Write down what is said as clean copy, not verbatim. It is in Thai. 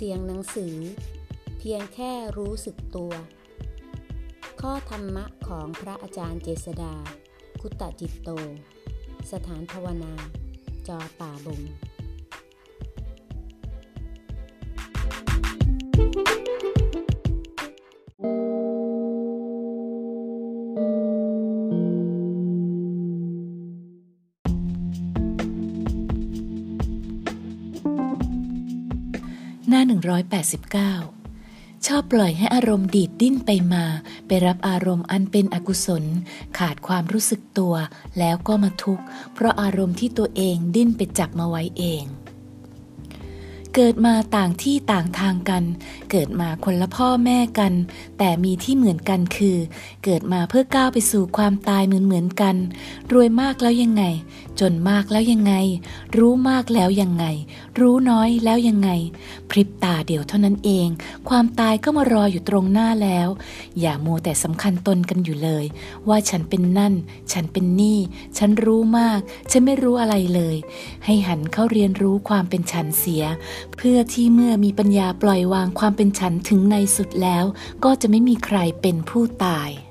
สียงหนังสือเพียงแค่รู้สึกตัวข้อธรรมะของพระอาจารย์เจษฎาคุตจิตโตสถานภาวนาจอป่าบงหน้า189ชอบปล่อยให้อารมณ์ดีดดิ้นไปมาไปรับอารมณ์อันเป็นอกุศลขาดความรู้สึกตัวแล้วก็มาทุกข์เพราะอารมณ์ที่ตัวเองดิ้นไปจับมาไว้เองเกิดมาต่างที่ต่างทางกันเกิดมาคนละพ่อแม่กันแต่มีที่เหมือนกันคือเกิดมาเพื่อก้าวไปสู่ความตายเหมือนกันรวยมากแล้วยังไงจนมากแล้วยังไงรู้มากแล้วยังไงรู้น้อยแล้วยังไงพริบตาเดียวเท่านั้นเองความตายก็มารออยู่ตรงหน้าแล้วอย่ามัวแต่สำคัญตนกันอยู่เลยว่าฉันเป็นนั่นฉันเป็นนี่ฉันรู้มากฉันไม่รู้อะไรเลยให้หันเข้าเรียนรู้ความเป็นฉันเสียเพื่อที่เมื่อมีปัญญาปล่อยวางความเป็นฉันถึงในสุดแล้วก็จะไม่มีใครเป็นผู้ตาย